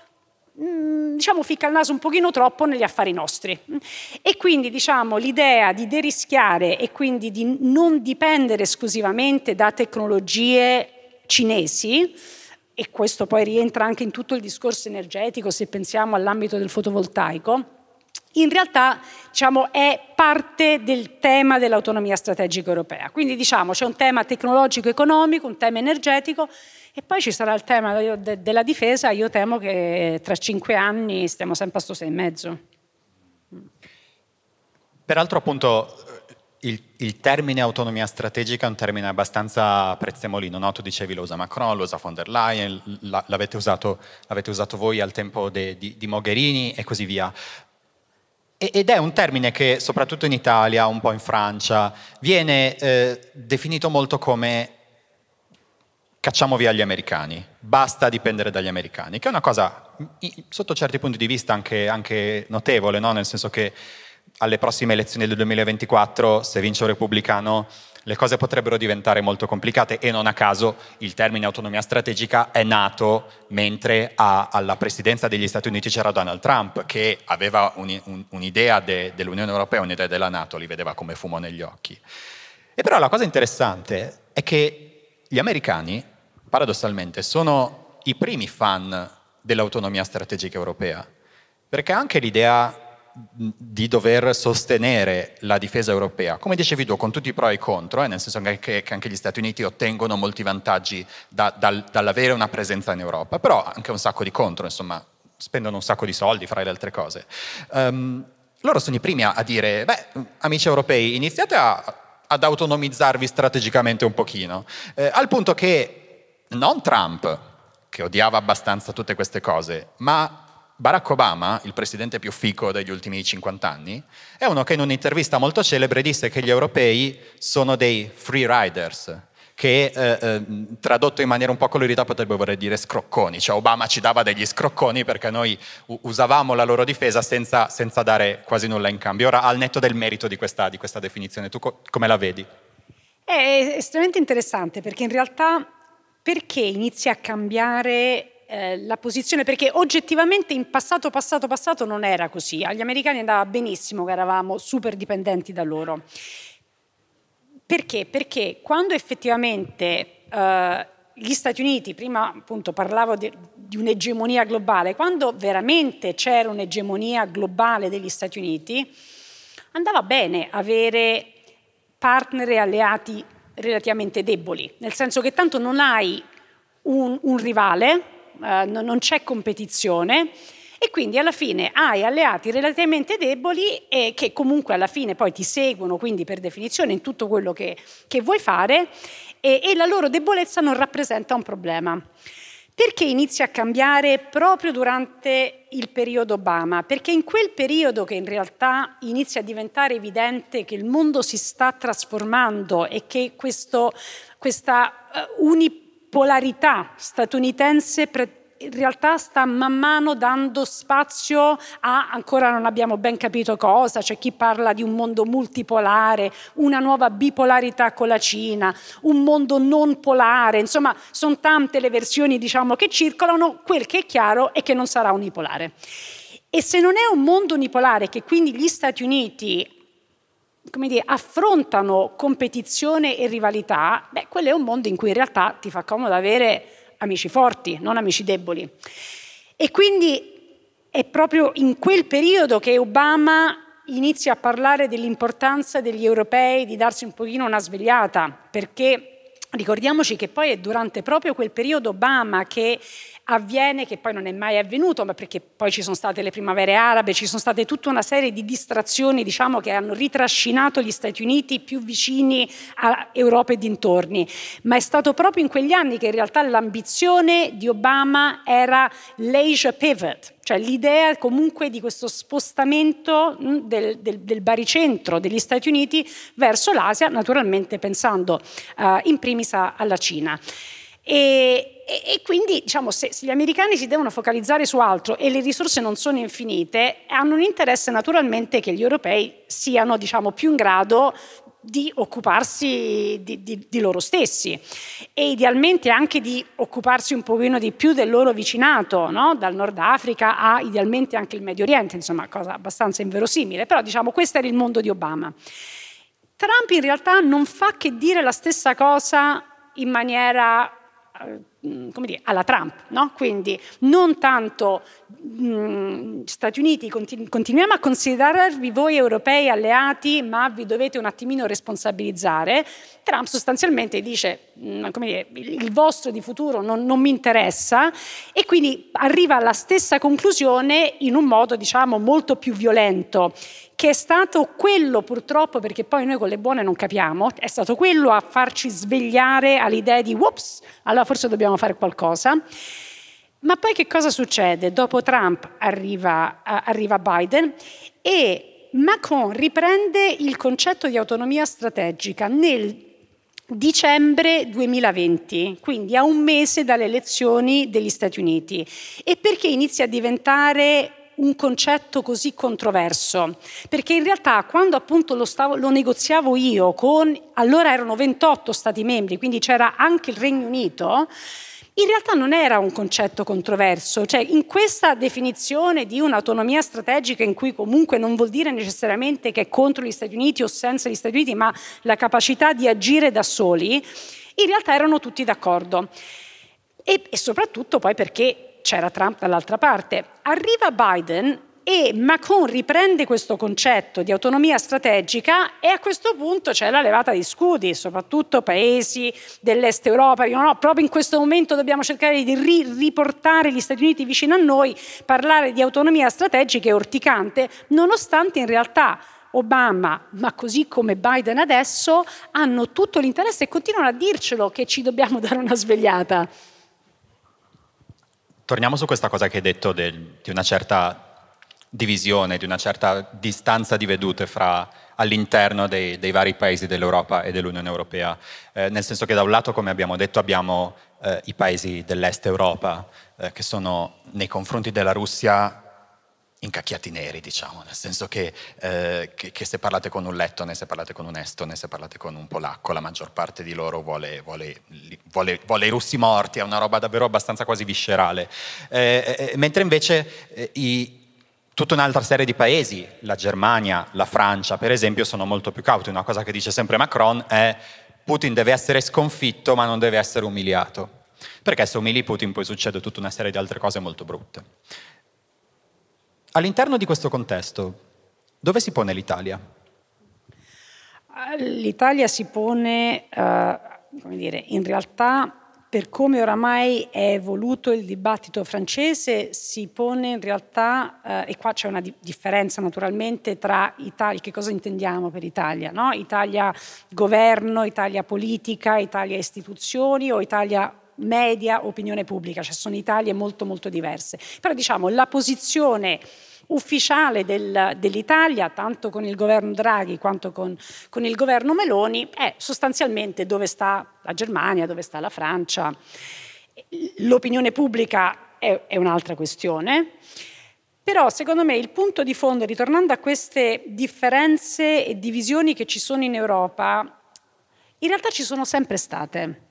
mh, diciamo, ficca il naso un pochino troppo negli affari nostri. E quindi, diciamo, l'idea di derischiare e quindi di non dipendere esclusivamente da tecnologie cinesi, e questo poi rientra anche in tutto il discorso energetico, se pensiamo all'ambito del fotovoltaico, in realtà, diciamo, è parte del tema dell'autonomia strategica europea. Quindi, diciamo, c'è un tema tecnologico-economico, un tema energetico, e poi ci sarà il tema de- de- della difesa. Io temo che tra cinque anni stiamo sempre a sto sei e mezzo. Peraltro, appunto, Il, il termine autonomia strategica è un termine abbastanza prezzemolino, no? Tu dicevi lo usa Macron, lo usa von der Leyen, l'avete usato, l'avete usato voi al tempo de, di, di Mogherini e così via. E, ed è un termine che soprattutto in Italia, un po' in Francia, viene eh, definito molto come cacciamo via gli americani, basta dipendere dagli americani, che è una cosa sotto certi punti di vista anche, anche notevole, no? Nel senso che alle prossime elezioni del duemilaventiquattro, se vince un repubblicano, le cose potrebbero diventare molto complicate, e non a caso il termine autonomia strategica è nato mentre a, alla presidenza degli Stati Uniti c'era Donald Trump, che aveva un, un, un'idea de, dell'Unione Europea, un'idea della NATO, li vedeva come fumo negli occhi. E però la cosa interessante è che gli americani, paradossalmente, sono i primi fan dell'autonomia strategica europea, perché anche l'idea di dover sostenere la difesa europea, come dicevi tu, con tutti i pro e i contro, eh, nel senso che, che anche gli Stati Uniti ottengono molti vantaggi da, dal, dall'avere una presenza in Europa, però anche un sacco di contro, insomma, spendono un sacco di soldi, fra le altre cose. Um, loro sono i primi a, a dire, beh, amici europei, iniziate a, ad autonomizzarvi strategicamente un pochino, eh, al punto che non Trump, che odiava abbastanza tutte queste cose, ma Barack Obama, il presidente più fico degli ultimi cinquanta anni, è uno che in un'intervista molto celebre disse che gli europei sono dei free riders, che eh, eh, tradotto in maniera un po' colorita potrebbe voler dire scrocconi, cioè Obama ci dava degli scrocconi perché noi usavamo la loro difesa senza, senza dare quasi nulla in cambio. Ora, al netto del merito di questa, di questa definizione, tu co- come la vedi? È estremamente interessante, perché in realtà perché inizia a cambiare la posizione, perché oggettivamente in passato, passato, passato non era così. Agli americani andava benissimo che eravamo super dipendenti da loro. Perché? Perché quando effettivamente uh, gli Stati Uniti, prima appunto parlavo di, di un'egemonia globale, quando veramente c'era un'egemonia globale degli Stati Uniti, andava bene avere partner e alleati relativamente deboli, nel senso che tanto non hai un, un rivale, eh, non c'è competizione, e quindi alla fine hai alleati relativamente deboli e che comunque alla fine poi ti seguono, quindi per definizione in tutto quello che, che vuoi fare, e, e la loro debolezza non rappresenta un problema. Perché inizia a cambiare proprio durante il periodo Obama? Perché in quel periodo che in realtà inizia a diventare evidente che il mondo si sta trasformando e che questo, questa uh, unipolarità statunitense pre- in realtà sta man mano dando spazio a, ancora non abbiamo ben capito cosa, c'è chi parla di un mondo multipolare, una nuova bipolarità con la Cina, un mondo non polare, insomma sono tante le versioni, diciamo, che circolano. Quel che è chiaro è che non sarà unipolare. E se non è un mondo unipolare, che quindi gli Stati Uniti, come dire, affrontano competizione e rivalità, beh, quello è un mondo in cui in realtà ti fa comodo avere amici forti, non amici deboli. E quindi è proprio in quel periodo che Obama inizia a parlare dell'importanza degli europei di darsi un pochino una svegliata, perché ricordiamoci che poi è durante proprio quel periodo Obama che avviene, che poi non è mai avvenuto, ma perché poi ci sono state le primavere arabe, ci sono state tutta una serie di distrazioni, diciamo, che hanno ritrascinato gli Stati Uniti più vicini a Europa e dintorni, ma è stato proprio in quegli anni che in realtà l'ambizione di Obama era l'Asia pivot, cioè l'idea comunque di questo spostamento del, del, del baricentro degli Stati Uniti verso l'Asia, naturalmente pensando uh, in primis alla Cina. E, e, e quindi, diciamo, se, se gli americani si devono focalizzare su altro e le risorse non sono infinite, hanno un interesse naturalmente che gli europei siano, diciamo, più in grado di occuparsi di, di, di loro stessi e idealmente anche di occuparsi un pochino di più del loro vicinato, no? Dal Nord Africa a idealmente anche il Medio Oriente, insomma, cosa abbastanza inverosimile, però diciamo questo era il mondo di Obama. Trump in realtà non fa che dire la stessa cosa in maniera, come dire, alla Trump, no? Quindi non tanto mh, Stati Uniti, continu- continuiamo a considerarvi voi europei alleati, ma vi dovete un attimino responsabilizzare. Trump sostanzialmente dice, mh, come dire, il, il vostro di futuro non, non mi interessa, e quindi arriva alla stessa conclusione in un modo, diciamo, molto più violento, che è stato quello, purtroppo, perché poi noi con le buone non capiamo, è stato quello a farci svegliare all'idea di whoops, allora forse dobbiamo fare qualcosa. Ma poi che cosa succede? Dopo Trump arriva, uh, arriva Biden e Macron riprende il concetto di autonomia strategica nel dicembre duemilaventi, quindi a un mese dalle elezioni degli Stati Uniti. E perché inizia a diventare un concetto così controverso? Perché in realtà quando appunto lo, stavo, lo negoziavo io con, allora erano ventotto stati membri, quindi c'era anche il Regno Unito, in realtà non era un concetto controverso, cioè in questa definizione di un'autonomia strategica, in cui comunque non vuol dire necessariamente che è contro gli Stati Uniti o senza gli Stati Uniti, ma la capacità di agire da soli, in realtà erano tutti d'accordo. E, e soprattutto poi perché c'era Trump dall'altra parte. Arriva Biden e Macron riprende questo concetto di autonomia strategica e a questo punto c'è la levata di scudi, soprattutto paesi dell'est Europa, dicono no, proprio in questo momento dobbiamo cercare di ri- riportare gli Stati Uniti vicino a noi, parlare di autonomia strategica è orticante, nonostante in realtà Obama, ma così come Biden adesso, hanno tutto l'interesse e continuano a dircelo che ci dobbiamo dare una svegliata. Torniamo su questa cosa che hai detto del, di una certa divisione, di una certa distanza di vedute fra all'interno dei, dei vari paesi dell'Europa e dell'Unione Europea, eh, nel senso che da un lato, come abbiamo detto, abbiamo eh, i paesi dell'est Europa eh, che sono nei confronti della Russia incacchiati neri, diciamo, nel senso che, eh, che, che se parlate con un lettone, se parlate con un estone, se parlate con un polacco, la maggior parte di loro vuole, vuole, vuole, vuole i russi morti, è una roba davvero abbastanza quasi viscerale. Eh, eh, mentre invece eh, i, tutta un'altra serie di paesi, la Germania, la Francia, per esempio, sono molto più cauti. Una cosa che dice sempre Macron è Putin deve essere sconfitto ma non deve essere umiliato. perché se umili Putin poi succede tutta una serie di altre cose molto brutte. All'interno di questo contesto, dove si pone l'Italia? L'Italia si pone, eh, come dire, in realtà, per come oramai è evoluto il dibattito francese, si pone in realtà, eh, e qua c'è una di- differenza naturalmente tra Italia, che cosa intendiamo per Italia, no? Italia governo, Italia politica, Italia istituzioni o Italia media, opinione pubblica, cioè sono Italie molto molto diverse. Però diciamo la posizione ufficiale del, dell'Italia, tanto con il governo Draghi quanto con, con il governo Meloni, è sostanzialmente dove sta la Germania, dove sta la Francia. L'opinione pubblica è, è un'altra questione, però secondo me il punto di fondo, ritornando a queste differenze e divisioni che ci sono in Europa, in realtà ci sono sempre state.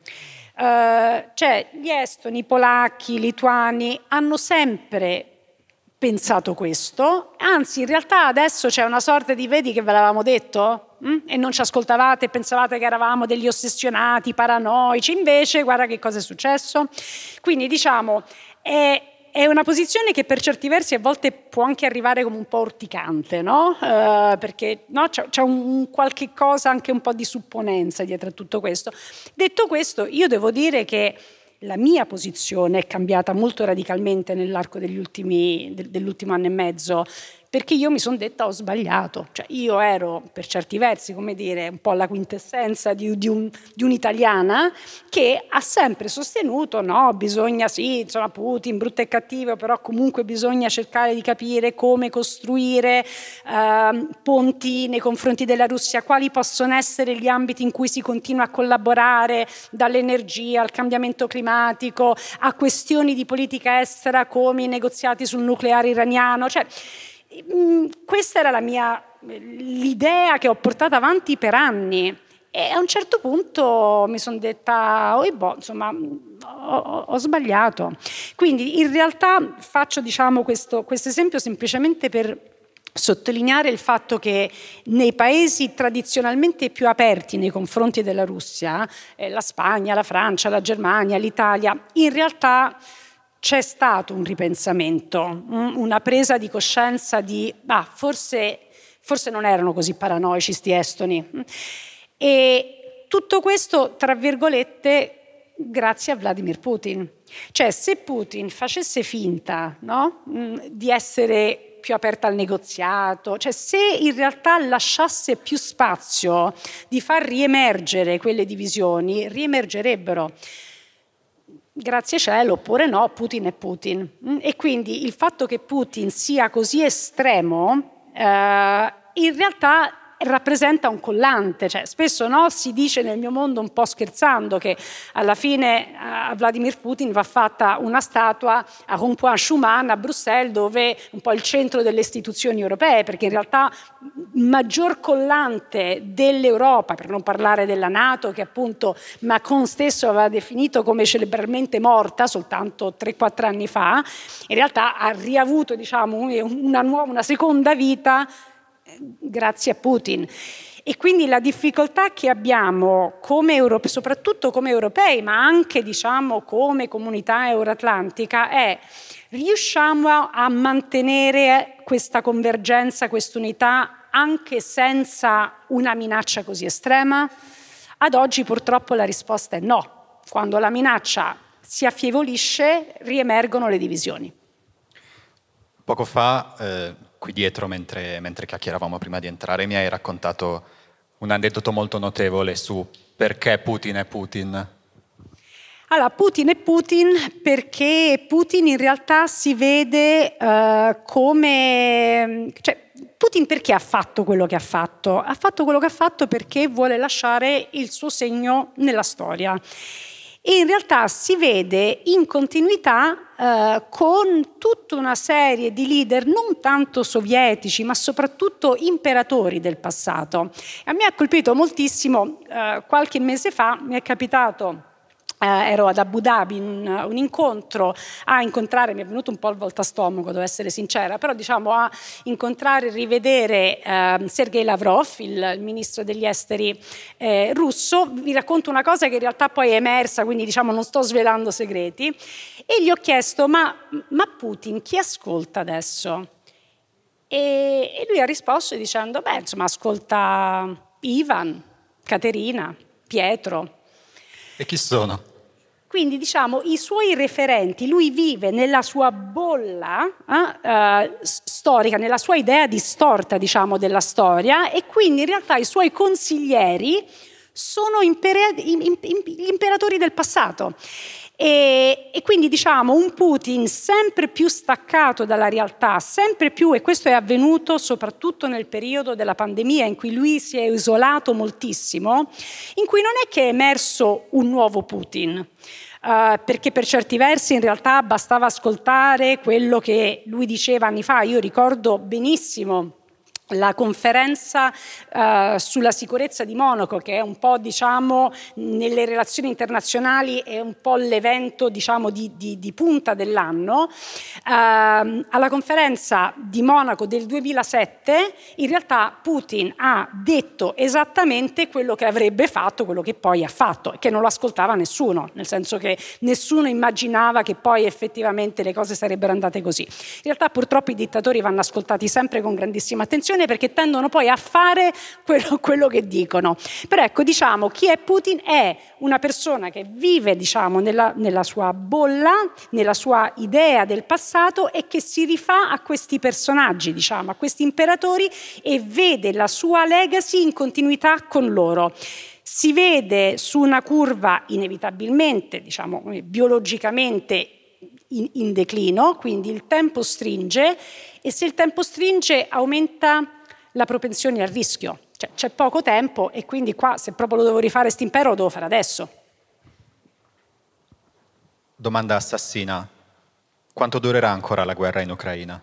Uh, cioè gli estoni, i polacchi, i lituani hanno sempre pensato questo, anzi in realtà adesso c'è una sorta di vedi che ve l'avevamo detto hm? e non ci ascoltavate, pensavate che eravamo degli ossessionati, paranoici, invece guarda che cosa è successo. Quindi diciamo è È una posizione che per certi versi a volte può anche arrivare come un po' urticante, no? Uh, perché no, c'è, c'è un, un qualche cosa, anche un po' di supponenza dietro a tutto questo. Detto questo, io devo dire che la mia posizione è cambiata molto radicalmente nell'arco degli ultimi, de, dell'ultimo anno e mezzo, perché io mi sono detta ho sbagliato, cioè io ero per certi versi, come dire, un po' la quintessenza di, di, un, di un'italiana che ha sempre sostenuto no, bisogna sì, insomma Putin brutto e cattivo, però comunque bisogna cercare di capire come costruire eh, ponti nei confronti della Russia, quali possono essere gli ambiti in cui si continua a collaborare, dall'energia al cambiamento climatico a questioni di politica estera come i negoziati sul nucleare iraniano, cioè questa era la mia, l'idea che ho portato avanti per anni e a un certo punto mi sono detta oh, boh, insomma ho, ho sbagliato. Quindi in realtà faccio diciamo questo, questo esempio semplicemente per sottolineare il fatto che nei paesi tradizionalmente più aperti nei confronti della Russia, eh, la Spagna, la Francia, la Germania, l'Italia, in realtà c'è stato un ripensamento, una presa di coscienza di ah, forse, forse non erano così paranoici sti estoni. E tutto questo, tra virgolette, grazie a Vladimir Putin. Cioè, se Putin facesse finta no, di essere più aperta al negoziato, cioè se in realtà lasciasse più spazio di far riemergere quelle divisioni, riemergerebbero. Grazie cielo, oppure no, Putin è Putin. E quindi il fatto che Putin sia così estremo, eh, in realtà rappresenta un collante, cioè spesso no, si dice nel mio mondo un po' scherzando che alla fine a Vladimir Putin va fatta una statua a Rond-Point Schuman a Bruxelles, dove un po' il centro delle istituzioni europee, perché in realtà il maggior collante dell'Europa, per non parlare della NATO, che appunto Macron stesso aveva definito come celebermente morta soltanto tre quattro anni fa, in realtà ha riavuto diciamo una nuova, una seconda vita grazie a Putin. E quindi la difficoltà che abbiamo come europei, soprattutto come europei, ma anche diciamo come comunità euroatlantica, è riusciamo a mantenere questa convergenza, quest'unità anche senza una minaccia così estrema? Ad oggi purtroppo la risposta è no. Quando la minaccia si affievolisce, riemergono le divisioni. Poco fa, eh, qui dietro, mentre, mentre chiacchieravamo prima di entrare, mi hai raccontato un aneddoto molto notevole su perché Putin è Putin. Allora, Putin è Putin perché Putin in realtà si vede uh, come... Cioè, Putin perché ha fatto quello che ha fatto? Ha fatto quello che ha fatto perché vuole lasciare il suo segno nella storia. E in realtà si vede in continuità eh, con tutta una serie di leader non tanto sovietici ma soprattutto imperatori del passato. E a me ha colpito moltissimo, eh, qualche mese fa mi è capitato Uh, ero ad Abu Dhabi in un, un incontro a incontrare, mi è venuto un po' il voltastomaco, devo essere sincera, però diciamo a incontrare e rivedere uh, Sergei Lavrov, il, il ministro degli esteri eh, russo. Vi racconto una cosa che in realtà poi è emersa, quindi diciamo non sto svelando segreti, e gli ho chiesto ma, ma Putin chi ascolta adesso? E, e lui ha risposto dicendo beh insomma ascolta Ivan, Caterina, Pietro. E chi sono? Quindi diciamo i suoi referenti, lui vive nella sua bolla eh, eh, storica, nella sua idea distorta diciamo della storia, e quindi in realtà i suoi consiglieri sono impera- gli imperatori del passato. E, e quindi diciamo un Putin sempre più staccato dalla realtà, sempre più, e questo è avvenuto soprattutto nel periodo della pandemia in cui lui si è isolato moltissimo, in cui non è che è emerso un nuovo Putin. Uh, perché per certi versi in realtà bastava ascoltare quello che lui diceva anni fa. Io ricordo benissimo la conferenza uh, sulla sicurezza di Monaco, che è un po' diciamo nelle relazioni internazionali è un po' l'evento diciamo di, di, di punta dell'anno. Uh, alla conferenza di Monaco del duemilasette in realtà Putin ha detto esattamente quello che avrebbe fatto, quello che poi ha fatto, e che non lo ascoltava nessuno, nel senso che nessuno immaginava che poi effettivamente le cose sarebbero andate così. In realtà purtroppo i dittatori vanno ascoltati sempre con grandissima attenzione, perché tendono poi a fare quello, quello che dicono. Però ecco, diciamo, chi è Putin è una persona che vive, diciamo, nella, nella sua bolla, nella sua idea del passato, e che si rifà a questi personaggi, diciamo, a questi imperatori, e vede la sua legacy in continuità con loro. Si vede su una curva inevitabilmente, diciamo, biologicamente in, in declino, quindi il tempo stringe, e se il tempo stringe aumenta la propensione al rischio. Cioè, c'è poco tempo, e quindi qua se proprio lo devo rifare st'impero lo devo fare adesso. Domanda assassina. Quanto durerà ancora la guerra in Ucraina?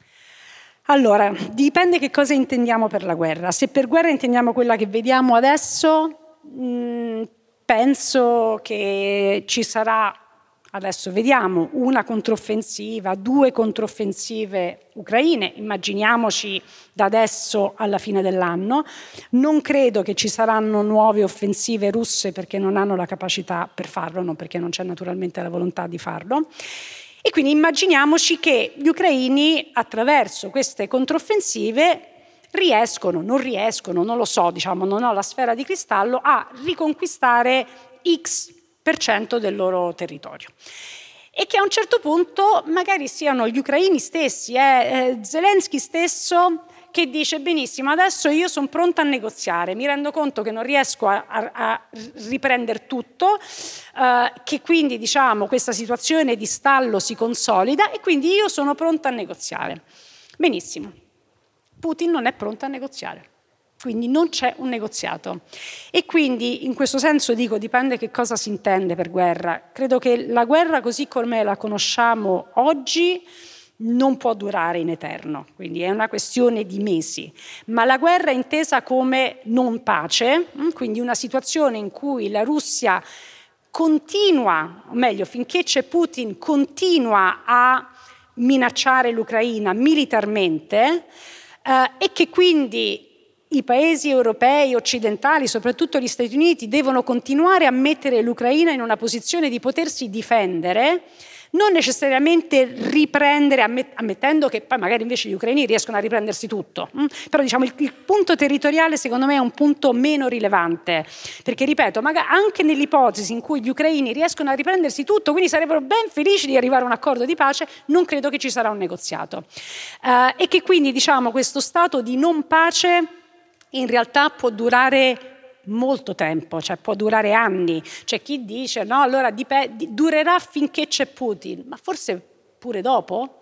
Allora, dipende che cosa intendiamo per la guerra. Se per guerra intendiamo quella che vediamo adesso, mh, penso che ci sarà, adesso vediamo, una controffensiva, due controffensive ucraine, immaginiamoci da adesso alla fine dell'anno. Non credo che ci saranno nuove offensive russe, perché non hanno la capacità per farlo, non perché non c'è naturalmente la volontà di farlo. E quindi immaginiamoci che gli ucraini attraverso queste controffensive riescono, non riescono, non lo so, diciamo, non ho la sfera di cristallo, a riconquistare X per cento del loro territorio, e che a un certo punto magari siano gli ucraini stessi, eh, eh, Zelensky stesso, che dice benissimo, adesso io sono pronta a negoziare, mi rendo conto che non riesco a, a, a riprendere tutto, eh, che quindi diciamo questa situazione di stallo si consolida, e quindi io sono pronta a negoziare. Benissimo, Putin non è pronto a negoziare. Quindi non c'è un negoziato. E quindi in questo senso dico, dipende che cosa si intende per guerra. Credo che la guerra così come la conosciamo oggi non può durare in eterno, quindi è una questione di mesi. Ma la guerra intesa come non pace, quindi una situazione in cui la Russia continua, o meglio, finché c'è Putin, continua a minacciare l'Ucraina militarmente, eh, e che quindi i paesi europei, occidentali, soprattutto gli Stati Uniti, devono continuare a mettere l'Ucraina in una posizione di potersi difendere, non necessariamente riprendere, ammettendo che poi magari invece gli ucraini riescono a riprendersi tutto. Però diciamo il, il punto territoriale secondo me è un punto meno rilevante, perché ripeto, magari anche nell'ipotesi in cui gli ucraini riescono a riprendersi tutto, quindi sarebbero ben felici di arrivare a un accordo di pace, non credo che ci sarà un negoziato. Uh, e che quindi diciamo questo stato di non pace in realtà può durare molto tempo, cioè può durare anni. C'è chi dice no, allora dipende, durerà finché c'è Putin, ma forse pure dopo,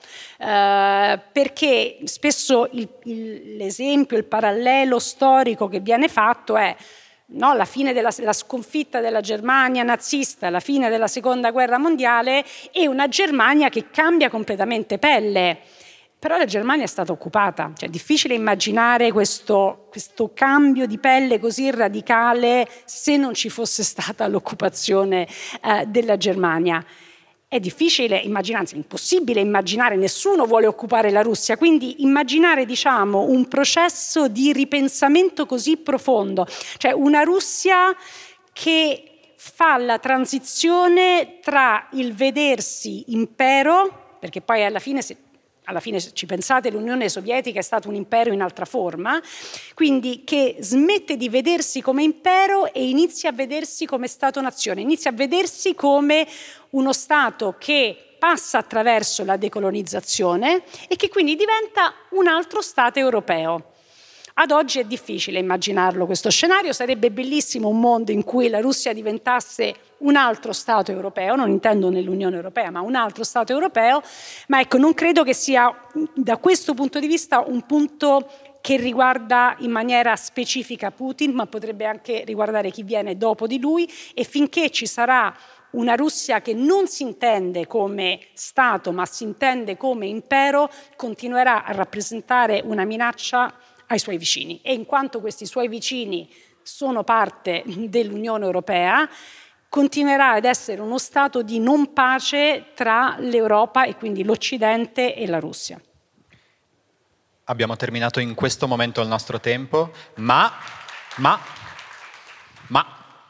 eh, perché spesso il, il, l'esempio, il parallelo storico che viene fatto è no, la fine della la sconfitta della Germania nazista, la fine della seconda guerra mondiale, e una Germania che cambia completamente pelle. Però la Germania è stata occupata, cioè è difficile immaginare questo, questo cambio di pelle così radicale se non ci fosse stata l'occupazione eh, della Germania. È difficile immaginare, anzi è impossibile immaginare, nessuno vuole occupare la Russia, quindi immaginare, diciamo, un processo di ripensamento così profondo, cioè una Russia che fa la transizione tra il vedersi impero, perché poi alla fine se Alla fine, se ci pensate, l'Unione Sovietica è stato un impero in altra forma, quindi che smette di vedersi come impero e inizia a vedersi come Stato-nazione, inizia a vedersi come uno Stato che passa attraverso la decolonizzazione e che quindi diventa un altro Stato europeo. Ad oggi è difficile immaginarlo questo scenario, sarebbe bellissimo un mondo in cui la Russia diventasse un altro Stato europeo, non intendo nell'Unione Europea, ma un altro Stato europeo, ma ecco, non credo che sia da questo punto di vista un punto che riguarda in maniera specifica Putin, ma potrebbe anche riguardare chi viene dopo di lui, e finché ci sarà una Russia che non si intende come Stato, ma si intende come impero, continuerà a rappresentare una minaccia ai suoi vicini, e in quanto questi suoi vicini sono parte dell'Unione Europea, continuerà ad essere uno stato di non pace tra l'Europa e quindi l'Occidente e la Russia. Abbiamo terminato in questo momento il nostro tempo, ma, ma, ma,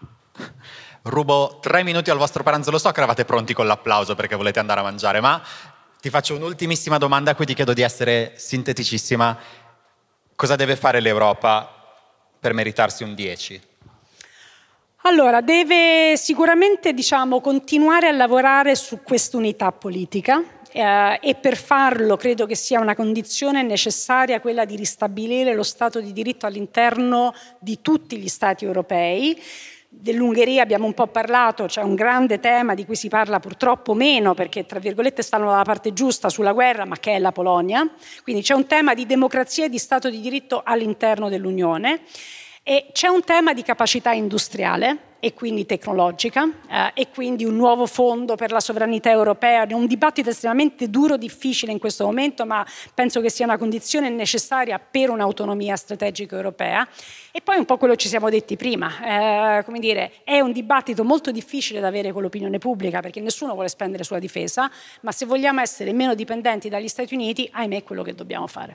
rubo tre minuti al vostro pranzo. Lo so che eravate pronti con l'applauso perché volete andare a mangiare, ma ti faccio un'ultimissima domanda a cui ti chiedo di essere sinteticissima. Cosa deve fare l'Europa per meritarsi un dieci? Allora, deve sicuramente, diciamo, continuare a lavorare su quest'unità politica eh, e per farlo credo che sia una condizione necessaria quella di ristabilire lo Stato di diritto all'interno di tutti gli Stati europei. Dell'Ungheria abbiamo un po' parlato, c'è un grande tema di cui si parla purtroppo meno perché tra virgolette stanno dalla parte giusta sulla guerra, ma che è la Polonia, quindi c'è un tema di democrazia e di Stato di diritto all'interno dell'Unione e c'è un tema di capacità industriale e quindi tecnologica eh, e quindi un nuovo fondo per la sovranità europea. È un dibattito estremamente duro, difficile in questo momento, ma penso che sia una condizione necessaria per un'autonomia strategica europea. E poi un po' quello che ci siamo detti prima, eh, come dire, è un dibattito molto difficile da avere con l'opinione pubblica perché nessuno vuole spendere sulla difesa, ma se vogliamo essere meno dipendenti dagli Stati Uniti, ahimè, è quello che dobbiamo fare.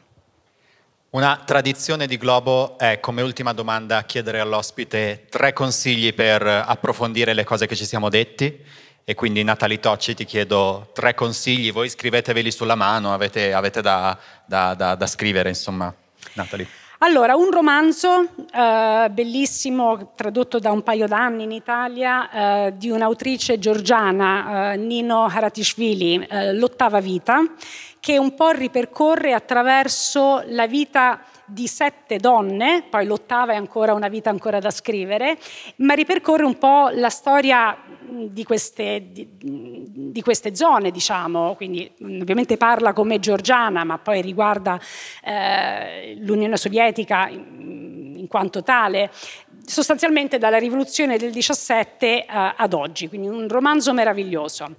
Una tradizione di Globo è, come ultima domanda, chiedere all'ospite tre consigli per approfondire le cose che ci siamo detti. E quindi, Natalie Tocci, ti chiedo tre consigli. Voi scriveteveli sulla mano, avete, avete da, da, da, da scrivere, insomma. Natalie. Allora, un romanzo eh, bellissimo, tradotto da un paio d'anni in Italia, eh, di un'autrice georgiana, eh, Nino Haratishvili, eh, L'ottava vita, che un po' ripercorre attraverso la vita di sette donne, poi l'ottava è ancora una vita ancora da scrivere, ma ripercorre un po' la storia di queste, di, di queste zone, diciamo, quindi ovviamente parla come georgiana, ma poi riguarda eh, l'Unione Sovietica in, in quanto tale, sostanzialmente dalla rivoluzione del diciassette eh, ad oggi, quindi un romanzo meraviglioso.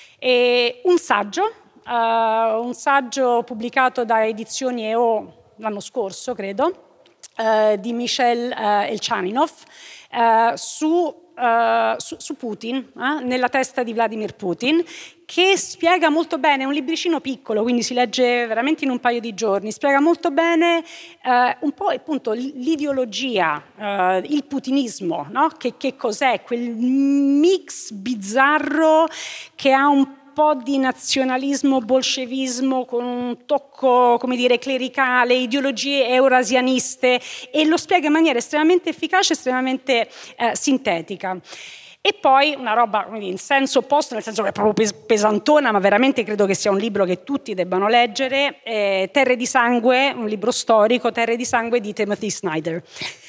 E un saggio, Uh, un saggio pubblicato da Edizioni E O l'anno scorso, credo, uh, di Michel uh, Elchaninov uh, su, uh, su, su Putin, eh, nella testa di Vladimir Putin, che spiega molto bene, è un libricino piccolo, quindi si legge veramente in un paio di giorni, spiega molto bene uh, un po' appunto l'ideologia, uh, il putinismo, no? che, che cos'è, quel mix bizzarro che ha un po' di nazionalismo, bolscevismo con un tocco, come dire, clericale, ideologie eurasianiste, e lo spiega in maniera estremamente efficace, estremamente eh, sintetica. E poi una roba, come dire, in senso opposto, nel senso che è proprio pesantona, ma veramente credo che sia un libro che tutti debbano leggere, eh, Terre di sangue, un libro storico, Terre di sangue di Timothy Snyder.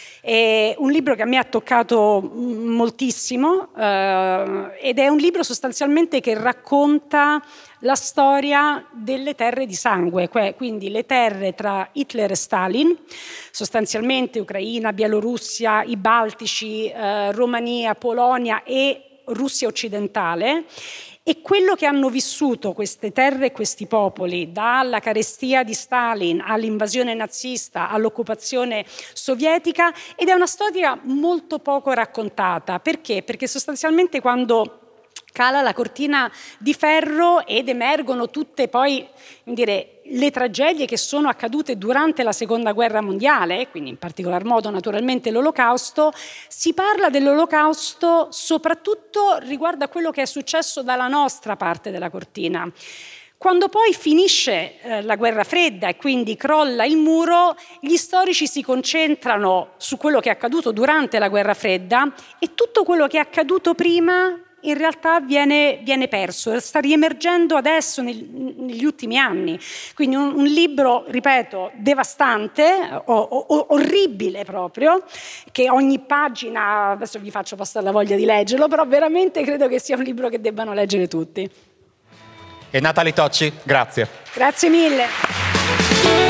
È un libro che a me ha toccato moltissimo eh, ed è un libro sostanzialmente che racconta la storia delle terre di sangue, quindi le terre tra Hitler e Stalin, sostanzialmente Ucraina, Bielorussia, i Baltici, eh, Romania, Polonia e Russia occidentale, E quello che hanno vissuto queste terre e questi popoli, dalla carestia di Stalin all'invasione nazista, all'occupazione sovietica, ed è una storia molto poco raccontata. Perché? Perché sostanzialmente quando cala la cortina di ferro ed emergono tutte poi, dire, le tragedie che sono accadute durante la Seconda Guerra Mondiale, quindi in particolar modo naturalmente l'Olocausto, si parla dell'Olocausto soprattutto riguardo a quello che è successo dalla nostra parte della cortina. Quando poi finisce eh, la guerra fredda e quindi crolla il muro, gli storici si concentrano su quello che è accaduto durante la guerra fredda e tutto quello che è accaduto prima in realtà viene, viene perso, sta riemergendo adesso nel, negli ultimi anni. Quindi un, un libro, ripeto, devastante, o, o, orribile proprio, che ogni pagina, adesso vi faccio passare la voglia di leggerlo, però veramente credo che sia un libro che debbano leggere tutti. E Natalie Tocci, grazie. Grazie mille.